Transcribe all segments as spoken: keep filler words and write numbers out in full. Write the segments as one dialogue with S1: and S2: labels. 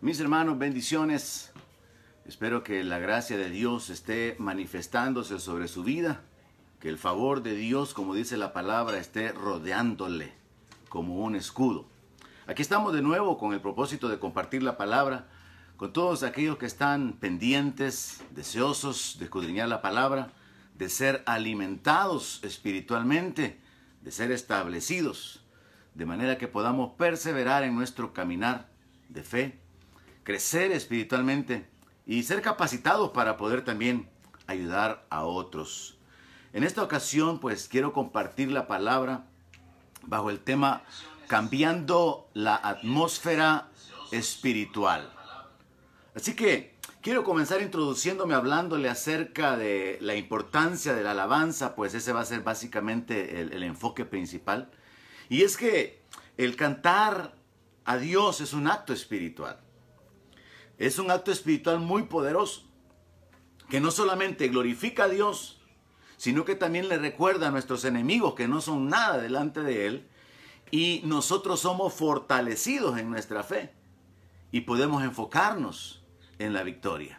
S1: Mis hermanos, bendiciones. Espero que la gracia de Dios esté manifestándose sobre su vida, que el favor de Dios, como dice la palabra, esté rodeándole como un escudo. Aquí estamos de nuevo con el propósito de compartir la palabra con todos aquellos que están pendientes, deseosos de escudriñar la palabra, de ser alimentados espiritualmente, de ser establecidos, de manera que podamos perseverar en nuestro caminar de fe, crecer espiritualmente y ser capacitados para poder también ayudar a otros. En esta ocasión, pues, quiero compartir la palabra bajo el tema cambiando la atmósfera espiritual. Así que quiero comenzar introduciéndome hablándole acerca de la importancia de la alabanza, pues ese va a ser básicamente el, el enfoque principal. Y es que el cantar a Dios es un acto espiritual. Es un acto espiritual muy poderoso, que no solamente glorifica a Dios, sino que también le recuerda a nuestros enemigos que no son nada delante de Él, y nosotros somos fortalecidos en nuestra fe, y podemos enfocarnos en la victoria.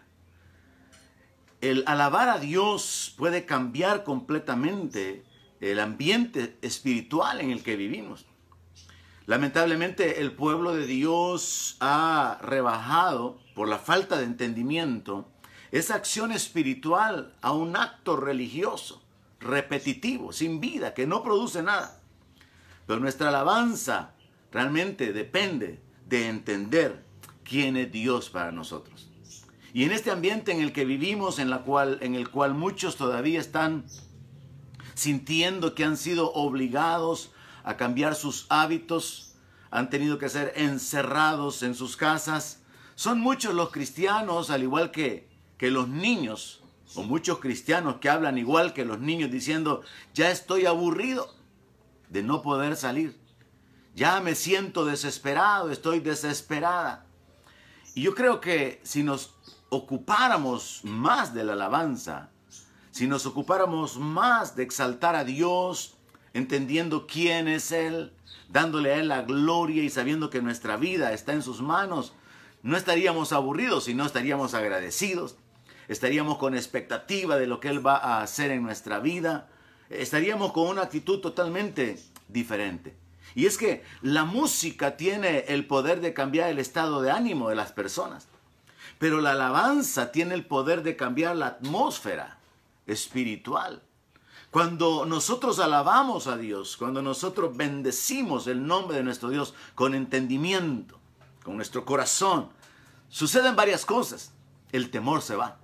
S1: El alabar a Dios puede cambiar completamente el ambiente espiritual en el que vivimos. Lamentablemente, el pueblo de Dios ha rebajado, por la falta de entendimiento, esa acción espiritual a un acto religioso, repetitivo, sin vida, que no produce nada. Pero nuestra alabanza realmente depende de entender quién es Dios para nosotros. Y en este ambiente en el que vivimos, en, la cual, en el cual muchos todavía están sintiendo que han sido obligados a cambiar sus hábitos, han tenido que ser encerrados en sus casas. Son muchos los cristianos, al igual que, que los niños, o muchos cristianos que hablan igual que los niños diciendo, ya estoy aburrido de no poder salir. Ya me siento desesperado, estoy desesperada. Y yo creo que si nos ocupáramos más de la alabanza, si nos ocupáramos más de exaltar a Dios, entendiendo quién es Él, dándole a Él la gloria y sabiendo que nuestra vida está en sus manos, no estaríamos aburridos, sino estaríamos agradecidos, estaríamos con expectativa de lo que Él va a hacer en nuestra vida, estaríamos con una actitud totalmente diferente. Y es que la música tiene el poder de cambiar el estado de ánimo de las personas, pero la alabanza tiene el poder de cambiar la atmósfera espiritual. Cuando nosotros alabamos a Dios, cuando nosotros bendecimos el nombre de nuestro Dios con entendimiento, con nuestro corazón, suceden varias cosas. El temor se va.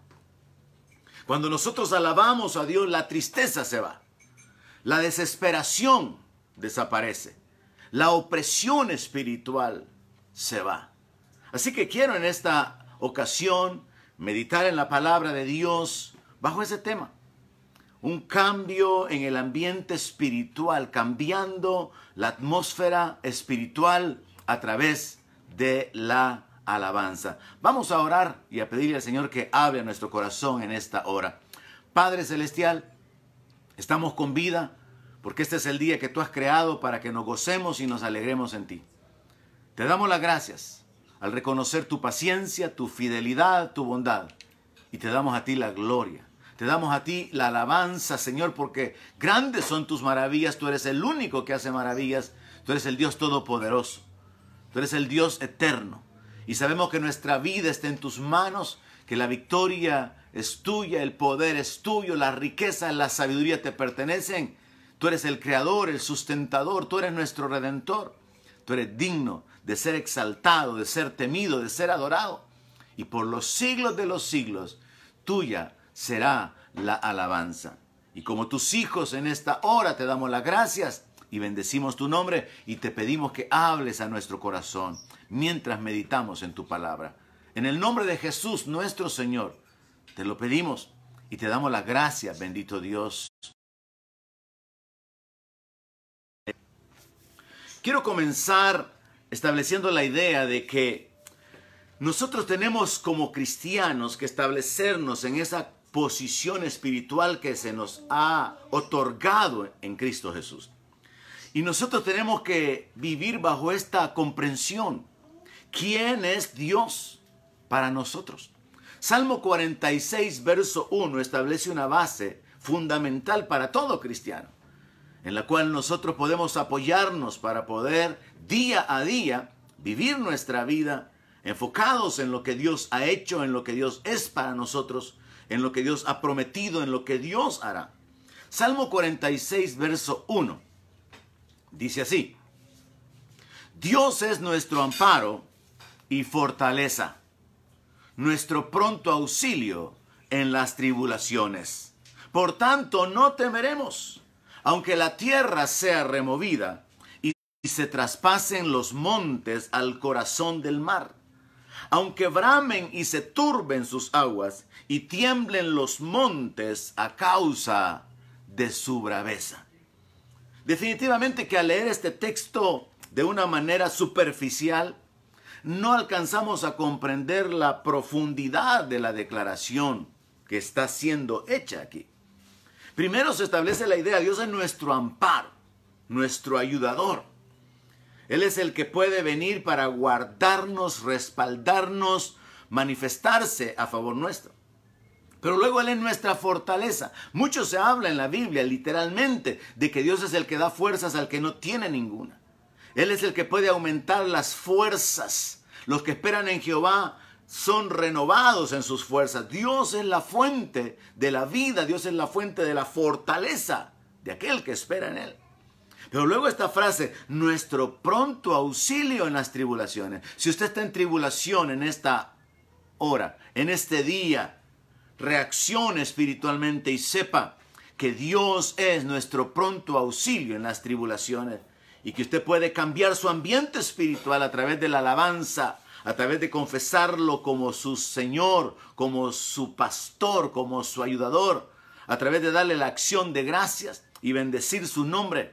S1: Cuando nosotros alabamos a Dios, la tristeza se va. La desesperación desaparece. La opresión espiritual se va. Así que quiero en esta ocasión meditar en la palabra de Dios bajo ese tema. Un cambio en el ambiente espiritual, cambiando la atmósfera espiritual a través de la alabanza. Vamos a orar y a pedirle al Señor que hable a nuestro corazón en esta hora. Padre Celestial, estamos con vida porque este es el día que tú has creado para que nos gocemos y nos alegremos en ti. Te damos las gracias al reconocer tu paciencia, tu fidelidad, tu bondad, y te damos a ti la gloria. Te damos a ti la alabanza, Señor, porque grandes son tus maravillas. Tú eres el único que hace maravillas. Tú eres el Dios todopoderoso. Tú eres el Dios eterno. Y sabemos que nuestra vida está en tus manos, que la victoria es tuya, el poder es tuyo, la riqueza, la sabiduría te pertenecen. Tú eres el creador, el sustentador. Tú eres nuestro redentor. Tú eres digno de ser exaltado, de ser temido, de ser adorado. Y por los siglos de los siglos, tuya será la alabanza. Y como tus hijos en esta hora te damos las gracias y bendecimos tu nombre y te pedimos que hables a nuestro corazón mientras meditamos en tu palabra. En el nombre de Jesús, nuestro Señor, te lo pedimos y te damos las gracias, bendito Dios. Quiero comenzar estableciendo la idea de que nosotros tenemos como cristianos que establecernos en esa posición espiritual que se nos ha otorgado en Cristo Jesús. Y nosotros tenemos que vivir bajo esta comprensión ¿Quién es Dios para nosotros? Salmo cuarenta y seis, verso uno, establece una base fundamental para todo cristiano, en la cual nosotros podemos apoyarnos para poder día a día vivir nuestra vida enfocados en lo que Dios ha hecho, en lo que Dios es para nosotros, en lo que Dios ha prometido, en lo que Dios hará. Salmo cuarenta y seis, verso uno, dice así: Dios es nuestro amparo y fortaleza, nuestro pronto auxilio en las tribulaciones. Por tanto, no temeremos, aunque la tierra sea removida y se traspasen los montes al corazón del mar, aunque bramen y se turben sus aguas y tiemblen los montes a causa de su braveza. Definitivamente que al leer este texto de una manera superficial, no alcanzamos a comprender la profundidad de la declaración que está siendo hecha aquí. Primero se establece la idea: Dios es nuestro amparo, nuestro ayudador. Él es el que puede venir para guardarnos, respaldarnos, manifestarse a favor nuestro. Pero luego Él es nuestra fortaleza. Mucho se habla en la Biblia, literalmente, de que Dios es el que da fuerzas al que no tiene ninguna. Él es el que puede aumentar las fuerzas. Los que esperan en Jehová son renovados en sus fuerzas. Dios es la fuente de la vida. Dios es la fuente de la fortaleza de aquel que espera en Él. Pero luego esta frase: nuestro pronto auxilio en las tribulaciones. Si usted está en tribulación en esta hora, en este día, reaccione espiritualmente y sepa que Dios es nuestro pronto auxilio en las tribulaciones, y que usted puede cambiar su ambiente espiritual a través de la alabanza, a través de confesarlo como su Señor, como su pastor, como su ayudador, a través de darle la acción de gracias y bendecir su nombre.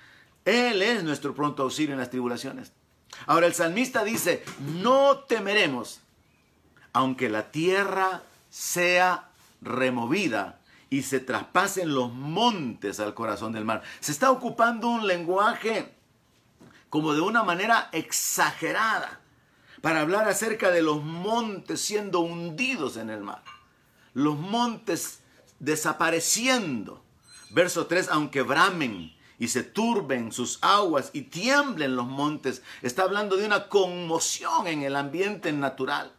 S1: Él es nuestro pronto auxilio en las tribulaciones. Ahora el salmista dice: no temeremos, aunque la tierra sea removida y se traspasen los montes al corazón del mar. Se está ocupando un lenguaje como de una manera exagerada para hablar acerca de los montes siendo hundidos en el mar, los montes desapareciendo. Verso tres: aunque bramen y se turben sus aguas y tiemblen los montes. Está hablando de una conmoción en el ambiente natural.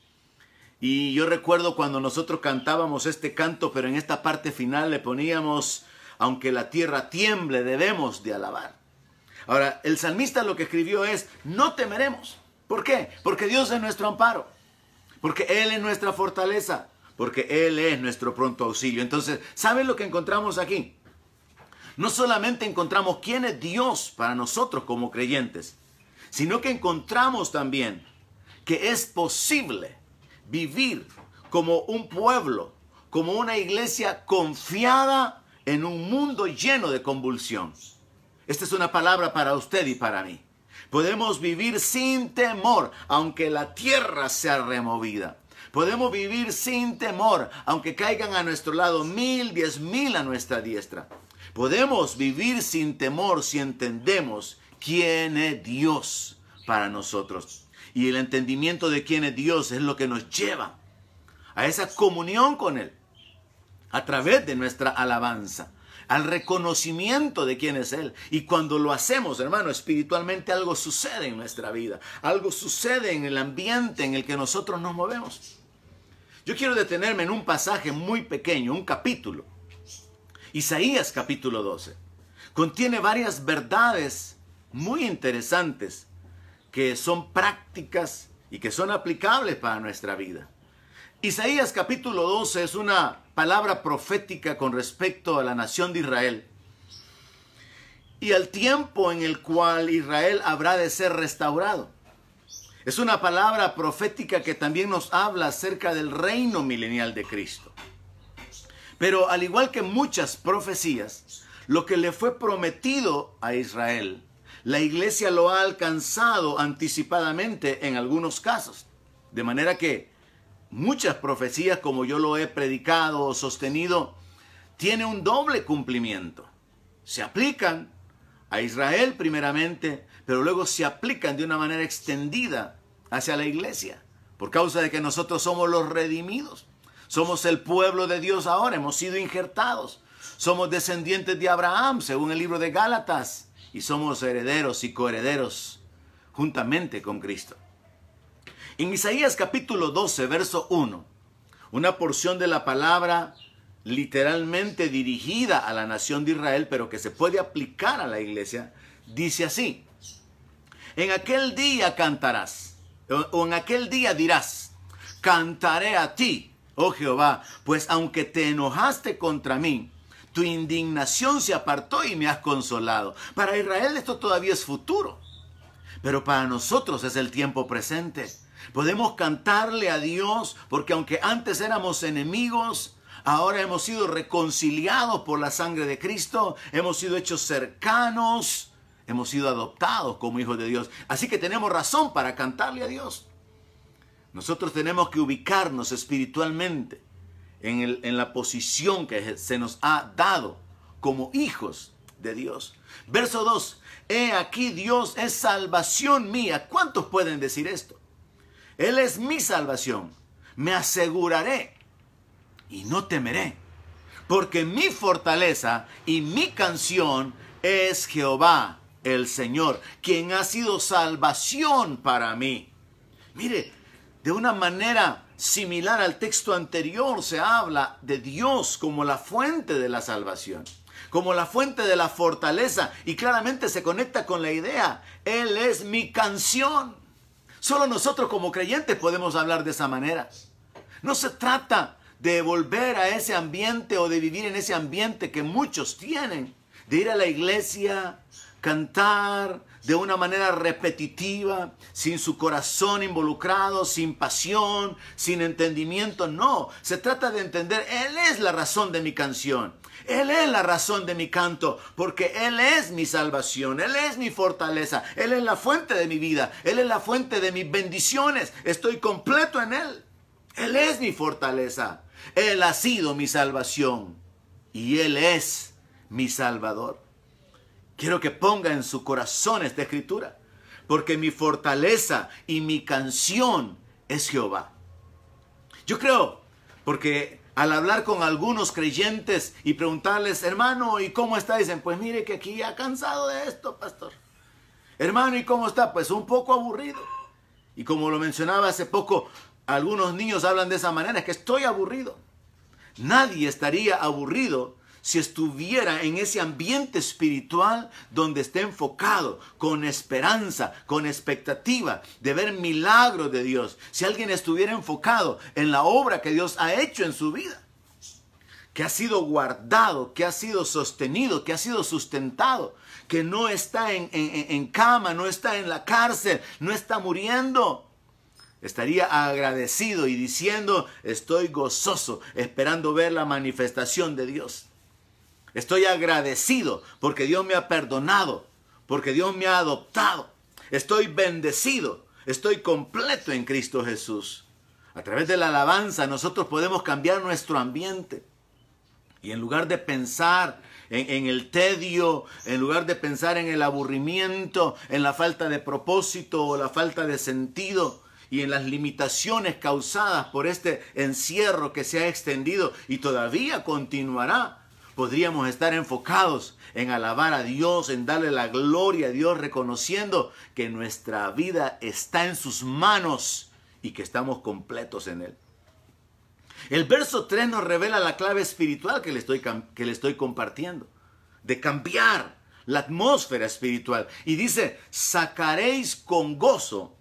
S1: Y yo recuerdo cuando nosotros cantábamos este canto, pero en esta parte final le poníamos: aunque la tierra tiemble, debemos de alabar. Ahora, el salmista lo que escribió es: no temeremos. ¿Por qué? Porque Dios es nuestro amparo, porque Él es nuestra fortaleza, porque Él es nuestro pronto auxilio. Entonces, ¿saben lo que encontramos aquí? No solamente encontramos quién es Dios para nosotros como creyentes, sino que encontramos también que es posible vivir como un pueblo, como una iglesia confiada en un mundo lleno de convulsión. Esta es una palabra para usted y para mí. Podemos vivir sin temor, aunque la tierra sea removida. Podemos vivir sin temor, aunque caigan a nuestro lado mil, diez mil a nuestra diestra. Podemos vivir sin temor si entendemos quién es Dios para nosotros. Y el entendimiento de quién es Dios es lo que nos lleva a esa comunión con Él, a través de nuestra alabanza, al reconocimiento de quién es Él. Y cuando lo hacemos, hermano, espiritualmente algo sucede en nuestra vida. Algo sucede en el ambiente en el que nosotros nos movemos. Yo quiero detenerme en un pasaje muy pequeño, un capítulo. Isaías capítulo doce. Contiene varias verdades muy interesantes que son prácticas y que son aplicables para nuestra vida. Isaías capítulo doce es una palabra profética con respecto a la nación de Israel y al tiempo en el cual Israel habrá de ser restaurado. Es una palabra profética que también nos habla acerca del reino milenial de Cristo. Pero al igual que muchas profecías, lo que le fue prometido a Israel, la iglesia lo ha alcanzado anticipadamente en algunos casos. De manera que muchas profecías, como yo lo he predicado o sostenido, tienen un doble cumplimiento. Se aplican a Israel primeramente, pero luego se aplican de una manera extendida hacia la iglesia, por causa de que nosotros somos los redimidos. Somos el pueblo de Dios ahora, hemos sido injertados. Somos descendientes de Abraham, según el libro de Gálatas, y somos herederos y coherederos juntamente con Cristo. En Isaías capítulo doce, verso uno, una porción de la palabra literalmente dirigida a la nación de Israel, pero que se puede aplicar a la iglesia, dice así: en aquel día cantarás, o en aquel día dirás, cantaré a ti, oh Jehová, pues aunque te enojaste contra mí, tu indignación se apartó y me has consolado. Para Israel esto todavía es futuro, pero para nosotros es el tiempo presente. Podemos cantarle a Dios porque aunque antes éramos enemigos, ahora hemos sido reconciliados por la sangre de Cristo, hemos sido hechos cercanos, hemos sido adoptados como hijos de Dios. Así que tenemos razón para cantarle a Dios. Nosotros tenemos que ubicarnos espiritualmente en, el, en la posición que se nos ha dado como hijos de Dios. Verso dos. He aquí Dios es salvación mía. ¿Cuántos pueden decir esto? Él es mi salvación. Me aseguraré y no temeré, porque mi fortaleza y mi canción es Jehová, el Señor, quien ha sido salvación para mí. Mire, de una manera similar al texto anterior se habla de Dios como la fuente de la salvación, como la fuente de la fortaleza, y claramente se conecta con la idea: Él es mi canción. Solo nosotros como creyentes podemos hablar de esa manera. No se trata de volver a ese ambiente o de vivir en ese ambiente que muchos tienen, de ir a la iglesia, cantar de una manera repetitiva, sin su corazón involucrado, sin pasión, sin entendimiento. No, se trata de entender: Él es la razón de mi canción, Él es la razón de mi canto, porque Él es mi salvación, Él es mi fortaleza, Él es la fuente de mi vida, Él es la fuente de mis bendiciones. Estoy completo en Él. Él es mi fortaleza, Él ha sido mi salvación y Él es mi Salvador. Quiero que ponga en su corazón esta escritura, porque mi fortaleza y mi canción es Jehová. Yo creo, porque al hablar con algunos creyentes y preguntarles: hermano, ¿y cómo está? Dicen: pues mire que aquí ya cansado de esto, pastor. Hermano, ¿y cómo está? Pues un poco aburrido. Y como lo mencionaba hace poco, algunos niños hablan de esa manera: es que estoy aburrido. Nadie estaría aburrido si estuviera en ese ambiente espiritual donde esté enfocado, con esperanza, con expectativa de ver milagros de Dios. Si alguien estuviera enfocado en la obra que Dios ha hecho en su vida, que ha sido guardado, que ha sido sostenido, que ha sido sustentado, que no está en, en, en cama, no está en la cárcel, no está muriendo, estaría agradecido y diciendo: estoy gozoso, esperando ver la manifestación de Dios. Estoy agradecido porque Dios me ha perdonado, porque Dios me ha adoptado. Estoy bendecido, estoy completo en Cristo Jesús. A través de la alabanza nosotros podemos cambiar nuestro ambiente. Y en lugar de pensar en, en el tedio, en lugar de pensar en el aburrimiento, en la falta de propósito o la falta de sentido, y en las limitaciones causadas por este encierro que se ha extendido y todavía continuará, podríamos estar enfocados en alabar a Dios, en darle la gloria a Dios, reconociendo que nuestra vida está en sus manos y que estamos completos en Él. El verso tres nos revela la clave espiritual que le estoy, que le estoy compartiendo, de cambiar la atmósfera espiritual. Y dice: sacaréis con gozo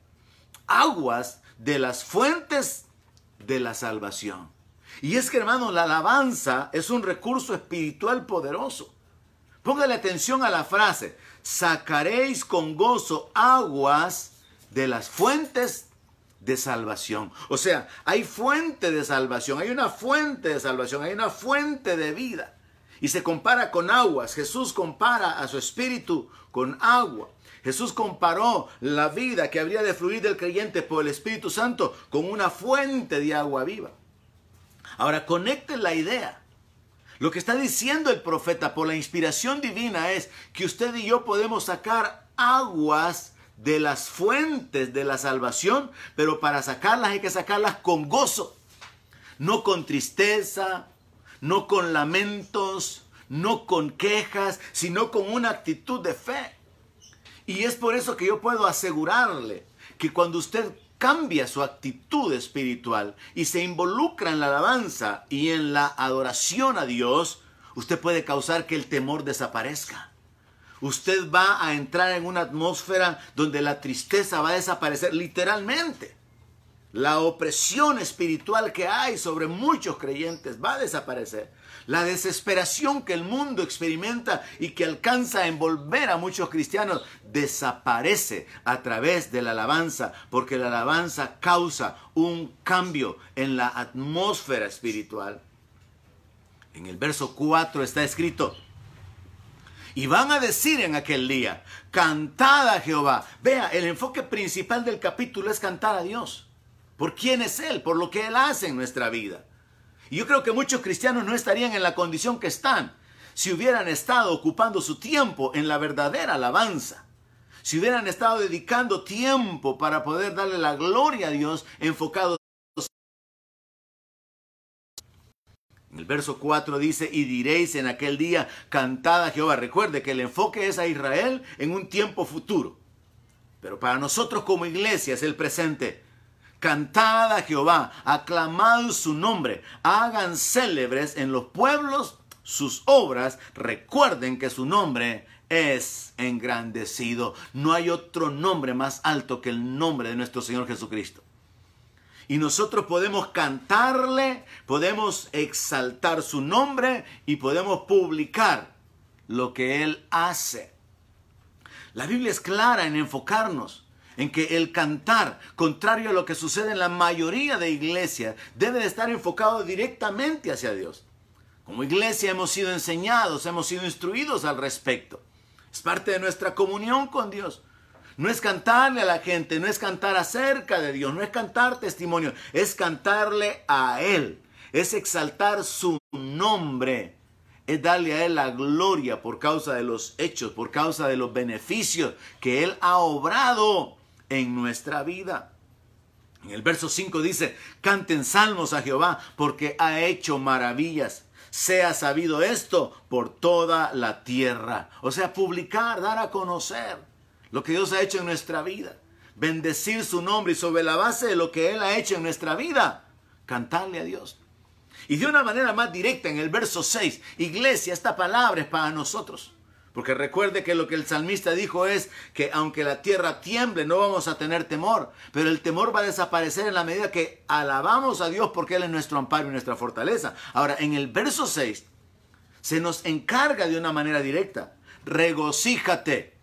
S1: aguas de las fuentes de la salvación. Y es que, hermano, la alabanza es un recurso espiritual poderoso. Póngale atención a la frase: sacaréis con gozo aguas de las fuentes de salvación. O sea, hay fuente de salvación, hay una fuente de salvación, hay una fuente de vida. Y se compara con aguas. Jesús compara a su espíritu con agua. Jesús comparó la vida que habría de fluir del creyente por el Espíritu Santo con una fuente de agua viva. Ahora, conecten la idea. Lo que está diciendo el profeta por la inspiración divina es que usted y yo podemos sacar aguas de las fuentes de la salvación, pero para sacarlas hay que sacarlas con gozo, no con tristeza, no con lamentos, no con quejas, sino con una actitud de fe. Y es por eso que yo puedo asegurarle que cuando usted cambia su actitud espiritual y se involucra en la alabanza y en la adoración a Dios, usted puede causar que el temor desaparezca. Usted va a entrar en una atmósfera donde la tristeza va a desaparecer literalmente. La opresión espiritual que hay sobre muchos creyentes va a desaparecer. La desesperación que el mundo experimenta y que alcanza a envolver a muchos cristianos desaparece a través de la alabanza, porque la alabanza causa un cambio en la atmósfera espiritual. En el verso cuatro está escrito: y van a decir en aquel día, cantad a Jehová. Vea, el enfoque principal del capítulo es cantar a Dios. ¿Por quién es Él? Por lo que Él hace en nuestra vida. Y yo creo que muchos cristianos no estarían en la condición que están si hubieran estado ocupando su tiempo en la verdadera alabanza. Si hubieran estado dedicando tiempo para poder darle la gloria a Dios enfocados. El verso cuatro dice, y diréis en aquel día, cantad a Jehová. Recuerde que el enfoque es a Israel en un tiempo futuro. Pero para nosotros como iglesia es el presente. Cantad a Jehová, aclamad su nombre, hagan célebres en los pueblos sus obras. Recuerden que su nombre es engrandecido. No hay otro nombre más alto que el nombre de nuestro Señor Jesucristo. Y nosotros podemos cantarle, podemos exaltar su nombre y podemos publicar lo que Él hace. La Biblia es clara en enfocarnos en que el cantar, contrario a lo que sucede en la mayoría de iglesias, debe de estar enfocado directamente hacia Dios. Como iglesia hemos sido enseñados, hemos sido instruidos al respecto. Es parte de nuestra comunión con Dios. No es cantarle a la gente, no es cantar acerca de Dios, no es cantar testimonio, es cantarle a Él, es exaltar su nombre, es darle a Él la gloria por causa de los hechos, por causa de los beneficios que Él ha obrado en nuestra vida. En el verso cinco dice, canten salmos a Jehová porque ha hecho maravillas. Sea sabido esto por toda la tierra. O sea, publicar, dar a conocer lo que Dios ha hecho en nuestra vida. Bendecir su nombre y sobre la base de lo que Él ha hecho en nuestra vida, cantarle a Dios. Y de una manera más directa en el verso seis, iglesia, esta palabra es para nosotros. Porque recuerde que lo que el salmista dijo es que aunque la tierra tiemble, no vamos a tener temor. Pero el temor va a desaparecer en la medida que alabamos a Dios porque Él es nuestro amparo y nuestra fortaleza. Ahora, en el verso seis, se nos encarga de una manera directa. Regocíjate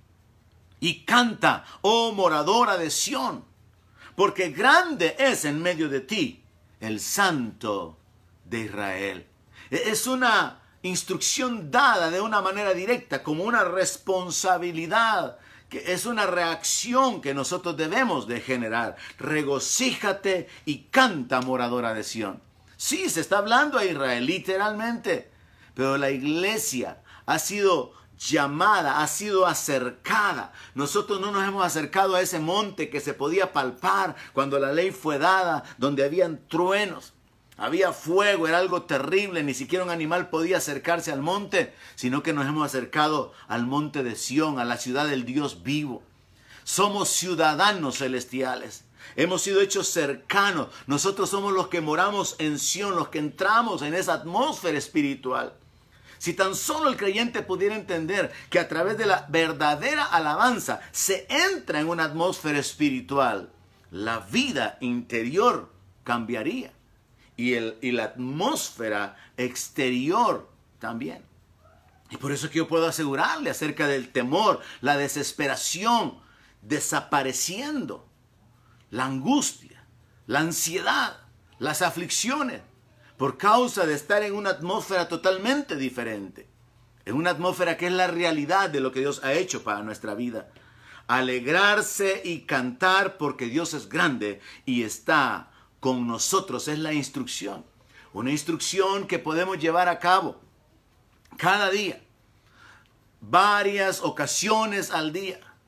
S1: y canta, oh moradora de Sión, porque grande es en medio de ti el Santo de Israel. Es una instrucción dada de una manera directa, como una responsabilidad, que es una reacción que nosotros debemos de generar. Regocíjate y canta, moradora de Sión. Sí, se está hablando a Israel, literalmente, pero la iglesia ha sido llamada, ha sido acercada. Nosotros no nos hemos acercado a ese monte que se podía palpar cuando la ley fue dada, donde habían truenos, había fuego, era algo terrible, ni siquiera un animal podía acercarse al monte, sino que nos hemos acercado al monte de Sión, a la ciudad del Dios vivo. Somos ciudadanos celestiales. Hemos sido hechos cercanos. Nosotros somos los que moramos en Sión, los que entramos en esa atmósfera espiritual. Si tan solo el creyente pudiera entender que a través de la verdadera alabanza se entra en una atmósfera espiritual, la vida interior cambiaría y, el, y la atmósfera exterior también. Y por eso es que yo puedo asegurarle acerca del temor, la desesperación desapareciendo, la angustia, la ansiedad, las aflicciones, por causa de estar en una atmósfera totalmente diferente. En una atmósfera que es la realidad de lo que Dios ha hecho para nuestra vida. Alegrarse y cantar porque Dios es grande y está con nosotros. Es la instrucción. Una instrucción que podemos llevar a cabo cada día. Varias ocasiones al día.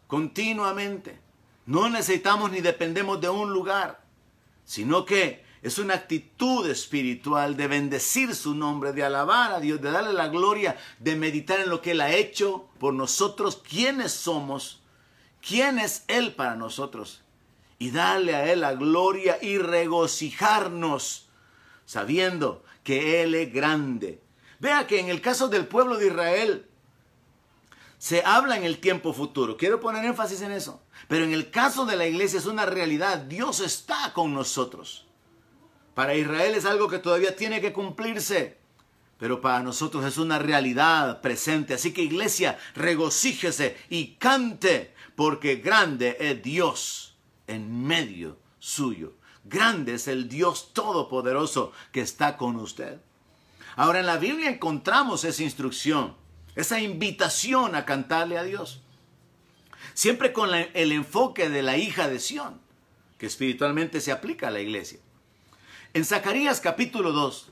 S1: continuamente. No necesitamos ni dependemos de un lugar, sino que es una actitud espiritual de bendecir su nombre, de alabar a Dios, de darle la gloria, de meditar en lo que Él ha hecho por nosotros, quiénes somos, quién es Él para nosotros, y darle a Él la gloria y regocijarnos, sabiendo que Él es grande. Vea que en el caso del pueblo de Israel, se habla en el tiempo futuro. Quiero poner énfasis en eso. Pero en el caso de la iglesia es una realidad. Dios está con nosotros. Para Israel es algo que todavía tiene que cumplirse. Pero para nosotros es una realidad presente. Así que iglesia, regocíjese y cante. Porque grande es Dios en medio suyo. Grande es el Dios todopoderoso que está con usted. Ahora en la Biblia encontramos esa instrucción. Esa invitación a cantarle a Dios. Siempre con la, el enfoque de la hija de Sión, que espiritualmente se aplica a la iglesia. En Zacarías capítulo dos,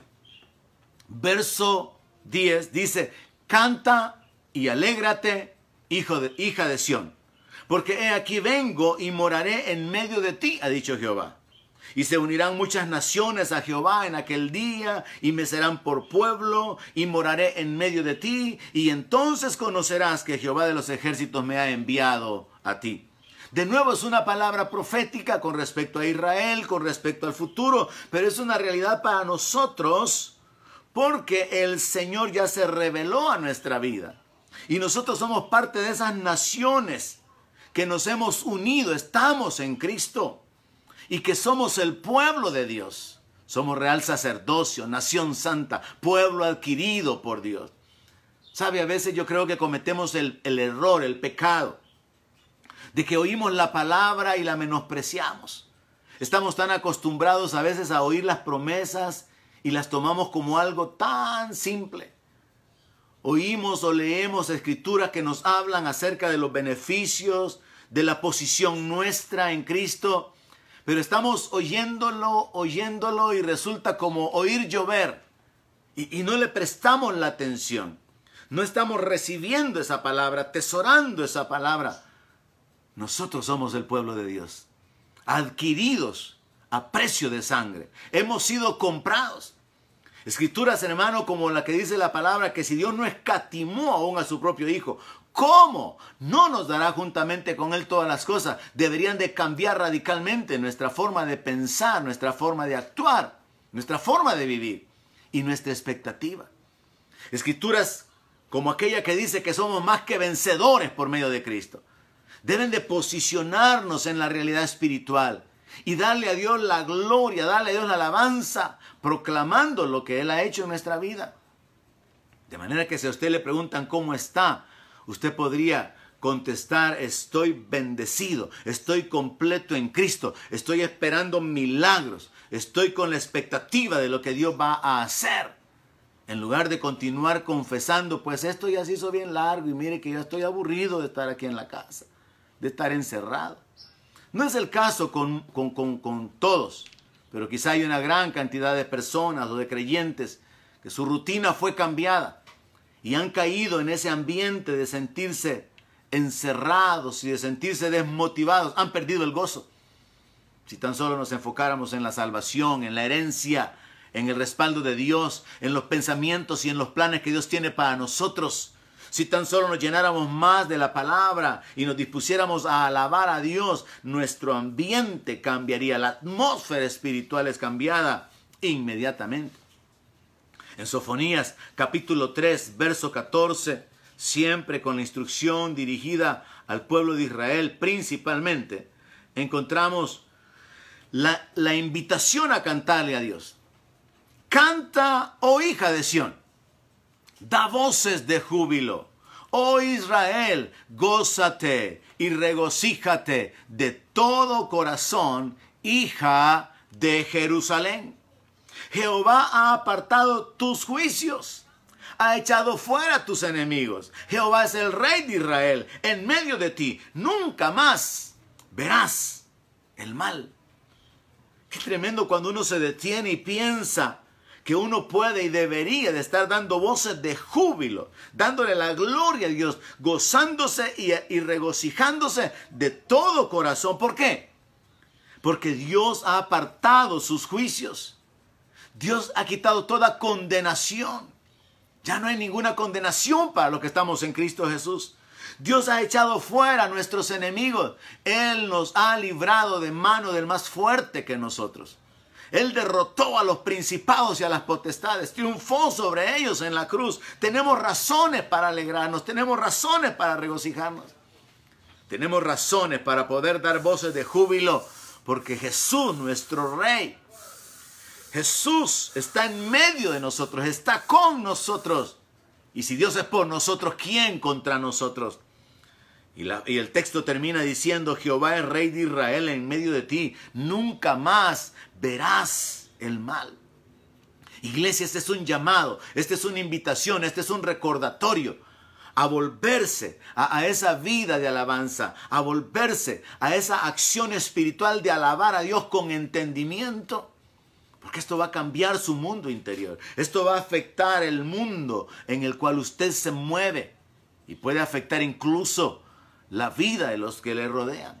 S1: verso diez, dice, canta y alégrate, hijo de, hija de Sión, porque he aquí vengo y moraré en medio de ti, ha dicho Jehová. Y se unirán muchas naciones a Jehová en aquel día, y me serán por pueblo, y moraré en medio de ti, y entonces conocerás que Jehová de los ejércitos me ha enviado a ti. De nuevo es una palabra profética con respecto a Israel, con respecto al futuro, pero es una realidad para nosotros, porque el Señor ya se reveló a nuestra vida. Y nosotros somos parte de esas naciones que nos hemos unido, estamos en Cristo. Y que somos el pueblo de Dios. Somos real sacerdocio, nación santa, pueblo adquirido por Dios. ¿Sabe? A veces yo creo que cometemos el, el error, el pecado, de que oímos la palabra y la menospreciamos. Estamos tan acostumbrados a veces a oír las promesas y las tomamos como algo tan simple. Oímos o leemos escrituras que nos hablan acerca de los beneficios, de la posición nuestra en Cristo. Pero estamos oyéndolo, oyéndolo y resulta como oír llover. Y, y no le prestamos la atención. No estamos recibiendo esa palabra, atesorando esa palabra. Nosotros somos el pueblo de Dios. Adquiridos a precio de sangre. Hemos sido comprados. Escrituras, hermano, como la que dice la palabra, que si Dios no escatimó aún a su propio Hijo, ¿cómo no nos dará juntamente con Él todas las cosas? Deberían de cambiar radicalmente nuestra forma de pensar, nuestra forma de actuar, nuestra forma de vivir y nuestra expectativa. Escrituras como aquella que dice que somos más que vencedores por medio de Cristo. Deben de posicionarnos en la realidad espiritual y darle a Dios la gloria, darle a Dios la alabanza, proclamando lo que Él ha hecho en nuestra vida. De manera que si a usted le preguntan cómo está, usted podría contestar, estoy bendecido, estoy completo en Cristo, estoy esperando milagros, estoy con la expectativa de lo que Dios va a hacer. En lugar de continuar confesando, pues esto ya se hizo bien largo y mire que yo estoy aburrido de estar aquí en la casa, de estar encerrado. No es el caso con, con, con, con todos, pero quizá hay una gran cantidad de personas o de creyentes que su rutina fue cambiada y han caído en ese ambiente de sentirse encerrados y de sentirse desmotivados. Han perdido el gozo. Si tan solo nos enfocáramos en la salvación, en la herencia, en el respaldo de Dios, en los pensamientos y en los planes que Dios tiene para nosotros. Si tan solo nos llenáramos más de la palabra y nos dispusiéramos a alabar a Dios, nuestro ambiente cambiaría, la atmósfera espiritual es cambiada inmediatamente. En Sofonías capítulo tres, verso catorce, siempre con la instrucción dirigida al pueblo de Israel principalmente, encontramos la, la invitación a cantarle a Dios. Canta, oh hija de Sión, da voces de júbilo. Oh Israel, gózate y regocíjate de todo corazón, hija de Jerusalén. Jehová ha apartado tus juicios, ha echado fuera tus enemigos. Jehová es el rey de Israel, en medio de ti. Nunca más verás el mal. Qué tremendo cuando uno se detiene y piensa que uno puede y debería de estar dando voces de júbilo, dándole la gloria a Dios, gozándose y, y regocijándose de todo corazón. ¿Por qué? Porque Dios ha apartado sus juicios. Dios ha quitado toda condenación. Ya no hay ninguna condenación para los que estamos en Cristo Jesús. Dios ha echado fuera a nuestros enemigos. Él nos ha librado de mano del más fuerte que nosotros. Él derrotó a los principados y a las potestades, triunfó sobre ellos en la cruz. Tenemos razones para alegrarnos, tenemos razones para regocijarnos. Tenemos razones para poder dar voces de júbilo, porque Jesús, nuestro Rey, Jesús está en medio de nosotros, está con nosotros. Y si Dios es por nosotros, ¿quién contra nosotros? Y, la, y el texto termina diciendo, Jehová es Rey de Israel en medio de ti, nunca más verás el mal. Iglesia, este es un llamado, esta es una invitación, este es un recordatorio a volverse a, a esa vida de alabanza, a volverse a esa acción espiritual de alabar a Dios con entendimiento. Porque esto va a cambiar su mundo interior. Esto va a afectar el mundo en el cual usted se mueve. Y puede afectar incluso la vida de los que le rodean.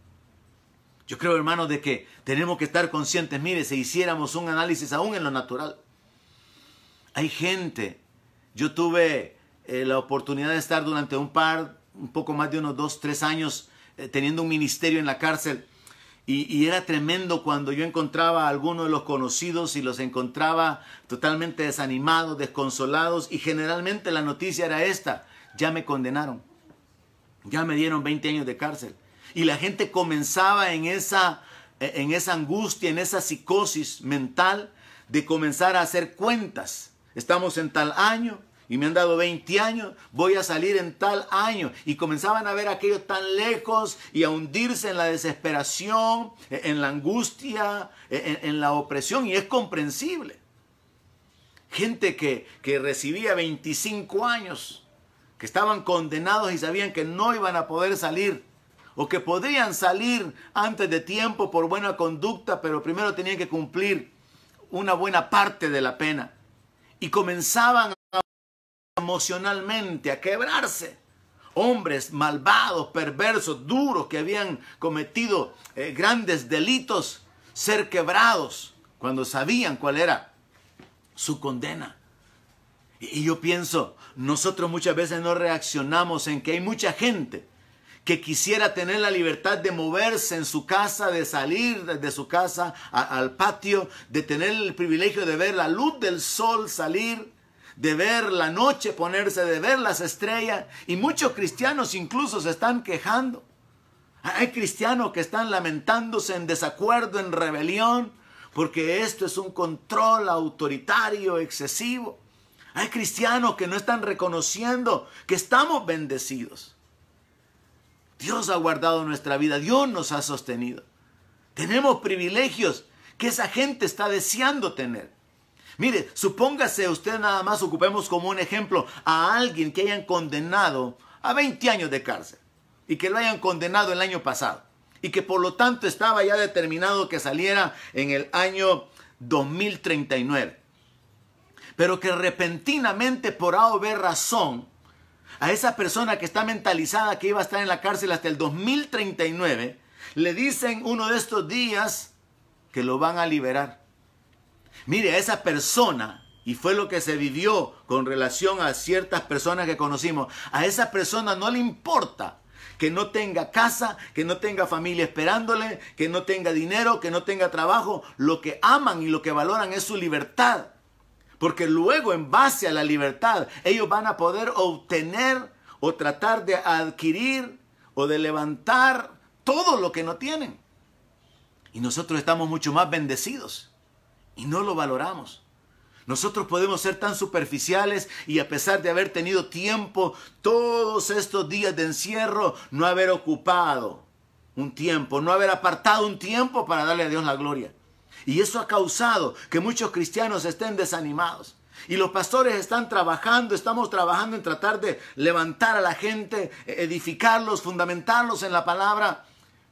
S1: Yo creo, hermanos, de que tenemos que estar conscientes. Mire, si hiciéramos un análisis aún en lo natural. Hay gente. Yo tuve eh, la oportunidad de estar durante un par, un poco más de unos dos, tres años, eh, teniendo un ministerio en la cárcel. Y, y era tremendo cuando yo encontraba a algunos de los conocidos y los encontraba totalmente desanimados, desconsolados. Y generalmente la noticia era esta: ya me condenaron, ya me dieron veinte años de cárcel. Y la gente comenzaba en esa, en esa angustia, en esa psicosis mental de comenzar a hacer cuentas. Estamos en tal año y me han dado veinte años, voy a salir en tal año. Y comenzaban a ver aquello tan lejos y a hundirse en la desesperación, en la angustia, en, en la opresión. Y es comprensible. Gente que, que recibía veinticinco años, que estaban condenados y sabían que no iban a poder salir, o que podrían salir antes de tiempo por buena conducta, pero primero tenían que cumplir una buena parte de la pena. Y comenzaban a, emocionalmente a quebrarse. Hombres malvados, perversos, duros, que habían cometido eh, grandes delitos, ser quebrados cuando sabían cuál era su condena. Y, y yo pienso, nosotros muchas veces no reaccionamos en que hay mucha gente que quisiera tener la libertad de moverse en su casa, de salir de su casa a, al patio, de tener el privilegio de ver la luz del sol salir, de ver la noche ponerse, de ver las estrellas. Y muchos cristianos incluso se están quejando. Hay cristianos que están lamentándose en desacuerdo, en rebelión, porque esto es un control autoritario excesivo. Hay cristianos que no están reconociendo que estamos bendecidos. Dios ha guardado nuestra vida, Dios nos ha sostenido. Tenemos privilegios que esa gente está deseando tener. Mire, supóngase usted, nada más ocupemos como un ejemplo a alguien que hayan condenado a veinte años de cárcel y que lo hayan condenado el año pasado y que por lo tanto estaba ya determinado que saliera en el año dos mil treinta y nueve. Pero que repentinamente, por A o B razón, a esa persona que está mentalizada que iba a estar en la cárcel hasta el dos mil treinta y nueve, le dicen uno de estos días que lo van a liberar. Mire, a esa persona, y fue lo que se vivió con relación a ciertas personas que conocimos, a esa persona no le importa que no tenga casa, que no tenga familia esperándole, que no tenga dinero, que no tenga trabajo. Lo que aman y lo que valoran es su libertad. Porque luego, en base a la libertad, ellos van a poder obtener o tratar de adquirir o de levantar todo lo que no tienen. Y nosotros estamos mucho más bendecidos y no lo valoramos. Nosotros podemos ser tan superficiales y, a pesar de haber tenido tiempo todos estos días de encierro, no haber ocupado un tiempo, no haber apartado un tiempo para darle a Dios la gloria. Y eso ha causado que muchos cristianos estén desanimados. Y los pastores están trabajando, estamos trabajando en tratar de levantar a la gente, edificarlos, fundamentarlos en la palabra.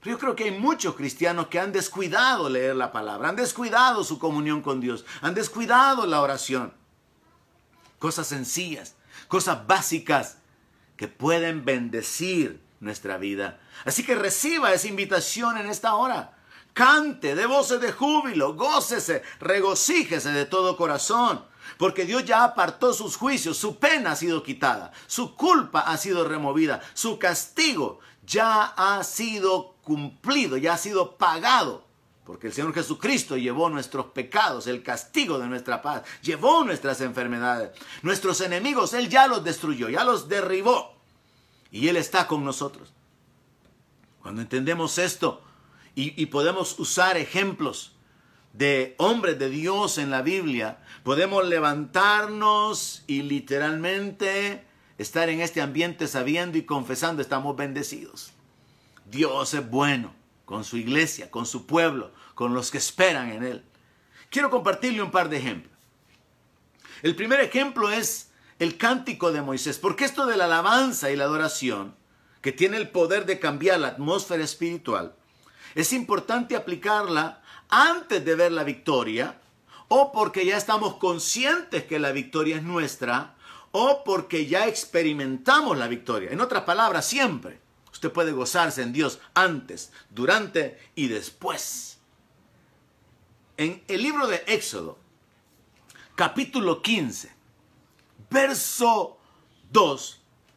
S1: Pero yo creo que hay muchos cristianos que han descuidado leer la palabra, han descuidado su comunión con Dios, han descuidado la oración. Cosas sencillas, cosas básicas que pueden bendecir nuestra vida. Así que reciba esa invitación en esta hora. Cante de voces de júbilo, gócese, regocíjese de todo corazón, porque Dios ya apartó sus juicios, su pena ha sido quitada, su culpa ha sido removida, su castigo ya ha sido cumplido, ya ha sido pagado, porque el Señor Jesucristo llevó nuestros pecados, el castigo de nuestra paz, llevó nuestras enfermedades, nuestros enemigos, Él ya los destruyó, ya los derribó, y Él está con nosotros. Cuando entendemos esto y, y podemos usar ejemplos de hombres de Dios en la Biblia, podemos levantarnos y literalmente estar en este ambiente sabiendo y confesando, estamos bendecidos. Dios es bueno con su iglesia, con su pueblo, con los que esperan en Él. Quiero compartirle un par de ejemplos. El primer ejemplo es el cántico de Moisés, porque esto de la alabanza y la adoración, que tiene el poder de cambiar la atmósfera espiritual, es importante aplicarla antes de ver la victoria, o porque ya estamos conscientes que la victoria es nuestra, o porque ya experimentamos la victoria. En otras palabras, siempre usted puede gozarse en Dios antes, durante y después. En el libro de Éxodo, capítulo quince, verso dos,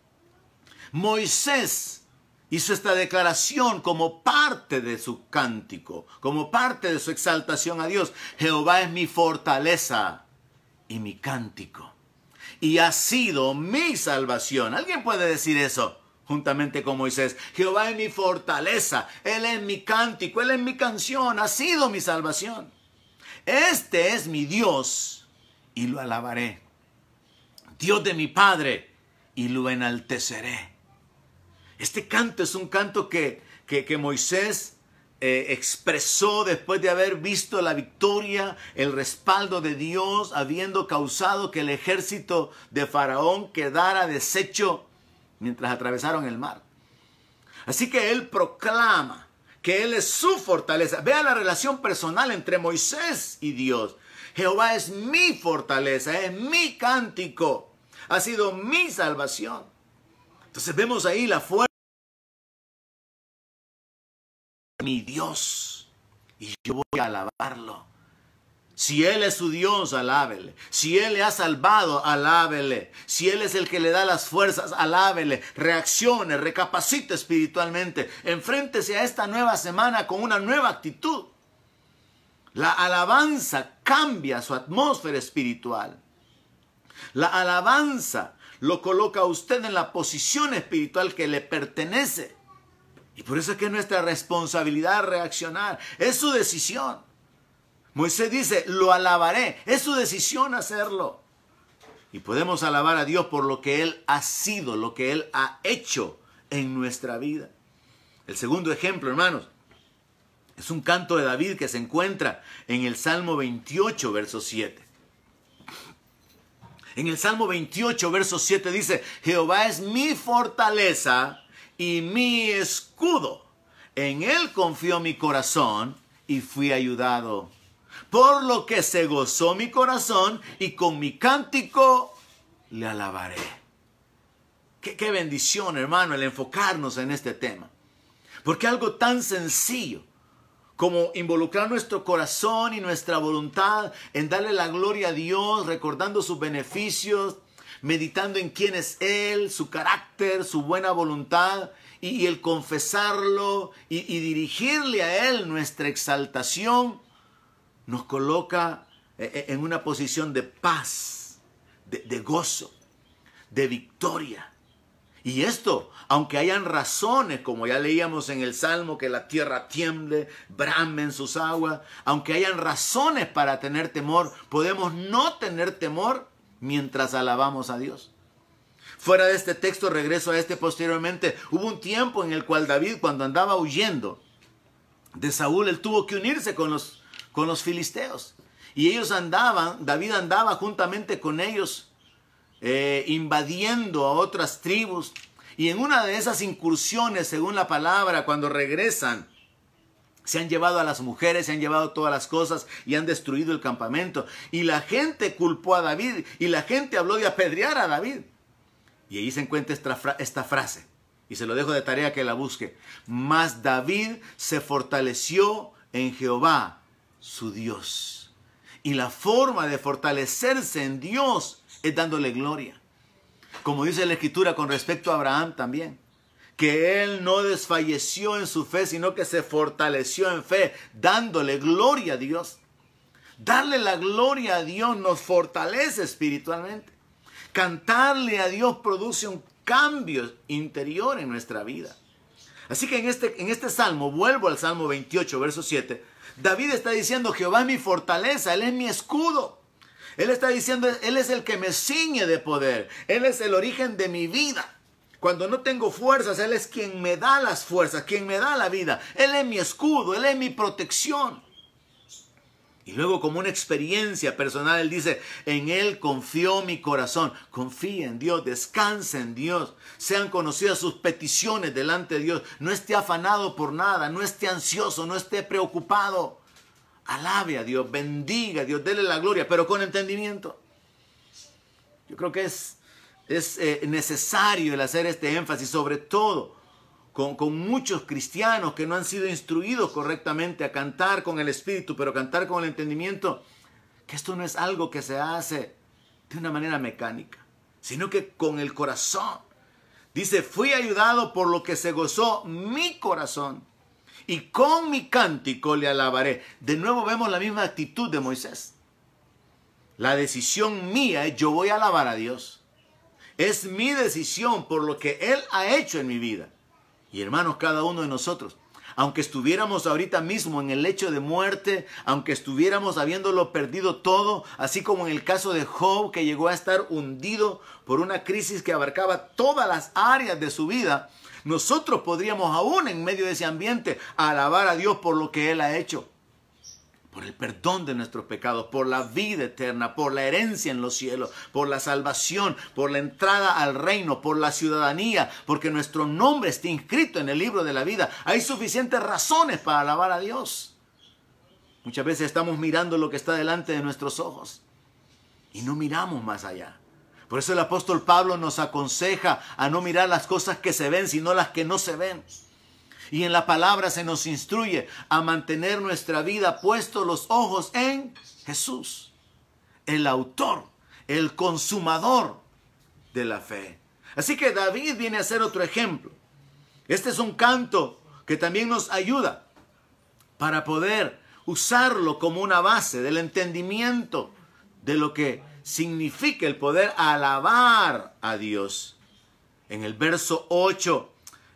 S1: Moisés hizo esta declaración como parte de su cántico, como parte de su exaltación a Dios. Jehová es mi fortaleza y mi cántico, y ha sido mi salvación. ¿Alguien puede decir eso juntamente con Moisés? Jehová es mi fortaleza, Él es mi cántico, Él es mi canción, ha sido mi salvación. Este es mi Dios y lo alabaré. Dios de mi Padre y lo enalteceré. Este canto es un canto que, que, que Moisés eh, expresó después de haber visto la victoria, el respaldo de Dios, habiendo causado que el ejército de Faraón quedara deshecho mientras atravesaron el mar. Así que él proclama que Él es su fortaleza. Vea la relación personal entre Moisés y Dios. Jehová es mi fortaleza, es mi cántico, ha sido mi salvación. Entonces vemos ahí la fuerza de mi Dios, y yo voy a alabarlo. Si Él es su Dios, alábele. Si Él le ha salvado, alábele. Si Él es el que le da las fuerzas, alábele. Reaccione, recapacite espiritualmente. Enfréntese a esta nueva semana con una nueva actitud. La alabanza cambia su atmósfera espiritual. La alabanza lo coloca a usted en la posición espiritual que le pertenece. Y por eso es que es nuestra responsabilidad reaccionar. Es su decisión. Moisés dice, lo alabaré. Es su decisión hacerlo. Y podemos alabar a Dios por lo que Él ha sido, lo que Él ha hecho en nuestra vida. El segundo ejemplo, hermanos, es un canto de David que se encuentra en el Salmo veintiocho, verso siete. En el Salmo veintiocho, verso siete dice, Jehová es mi fortaleza y mi escudo. En Él confió mi corazón y fui ayudado. Por lo que se gozó mi corazón y con mi cántico le alabaré. Qué, qué bendición, hermano, el enfocarnos en este tema. Porque algo tan sencillo como involucrar nuestro corazón y nuestra voluntad en darle la gloria a Dios, recordando sus beneficios, meditando en quién es Él, su carácter, su buena voluntad, y, y el confesarlo y, y dirigirle a Él nuestra exaltación, nos coloca en una posición de paz, de, de gozo, de victoria. Y esto, aunque hayan razones, como ya leíamos en el Salmo, que la tierra tiemble, bramen sus aguas, aunque hayan razones para tener temor, podemos no tener temor mientras alabamos a Dios. Fuera de este texto, regreso a este posteriormente, hubo un tiempo en el cual David, cuando andaba huyendo de Saúl, él tuvo que unirse con los, con los filisteos. Y ellos andaban, David andaba juntamente con ellos, Eh, invadiendo a otras tribus, y en una de esas incursiones, según la palabra, cuando regresan Se han llevado a las mujeres, se han llevado todas las cosas y han destruido el campamento. Y la gente culpó a David y la gente habló de apedrear a David. Y ahí se encuentra esta, fra esta frase. Y se lo dejo de tarea que la busque. Mas David se fortaleció en Jehová, su Dios. Y la forma de fortalecerse en Dios es dándole gloria. Como dice la Escritura con respecto a Abraham también. Que él no desfalleció en su fe, sino que se fortaleció en fe, dándole gloria a Dios. Darle la gloria a Dios nos fortalece espiritualmente. Cantarle a Dios produce un cambio interior en nuestra vida. Así que en este, en este salmo, vuelvo al Salmo veintiocho, verso siete, David está diciendo, Jehová es mi fortaleza, Él es mi escudo. Él está diciendo, Él es el que me ciñe de poder, Él es el origen de mi vida. Cuando no tengo fuerzas, Él es quien me da las fuerzas, quien me da la vida. Él es mi escudo, Él es mi protección. Y luego como una experiencia personal, Él dice, en Él confió mi corazón. Confía en Dios, descansa en Dios. Sean conocidas sus peticiones delante de Dios. No esté afanado por nada, no esté ansioso, no esté preocupado. Alabe a Dios, bendiga a Dios, dele la gloria, pero con entendimiento. Yo creo que es... Es eh, necesario el hacer este énfasis, sobre todo con, con muchos cristianos que no han sido instruidos correctamente a cantar con el Espíritu, pero cantar con el entendimiento, que esto no es algo que se hace de una manera mecánica, sino que con el corazón. Dice, fui ayudado por lo que se gozó mi corazón, y con mi cántico le alabaré. De nuevo vemos la misma actitud de Moisés. La decisión mía es, yo voy a alabar a Dios. Es mi decisión por lo que Él ha hecho en mi vida. Y hermanos, cada uno de nosotros, aunque estuviéramos ahorita mismo en el lecho de muerte, aunque estuviéramos habiéndolo perdido todo, así como en el caso de Job, que llegó a estar hundido por una crisis que abarcaba todas las áreas de su vida, nosotros podríamos aún en medio de ese ambiente alabar a Dios por lo que Él ha hecho. Por el perdón de nuestros pecados, por la vida eterna, por la herencia en los cielos, por la salvación, por la entrada al reino, por la ciudadanía, porque nuestro nombre está inscrito en el libro de la vida. Hay suficientes razones para alabar a Dios. Muchas veces estamos mirando lo que está delante de nuestros ojos y no miramos más allá. Por eso el apóstol Pablo nos aconseja a no mirar las cosas que se ven, sino las que no se ven. Y en la palabra se nos instruye a mantener nuestra vida puestos los ojos en Jesús, el autor, el consumador de la fe. Así que David viene a ser otro ejemplo. Este es un canto que también nos ayuda para poder usarlo como una base del entendimiento de lo que significa el poder alabar a Dios. En el verso ocho,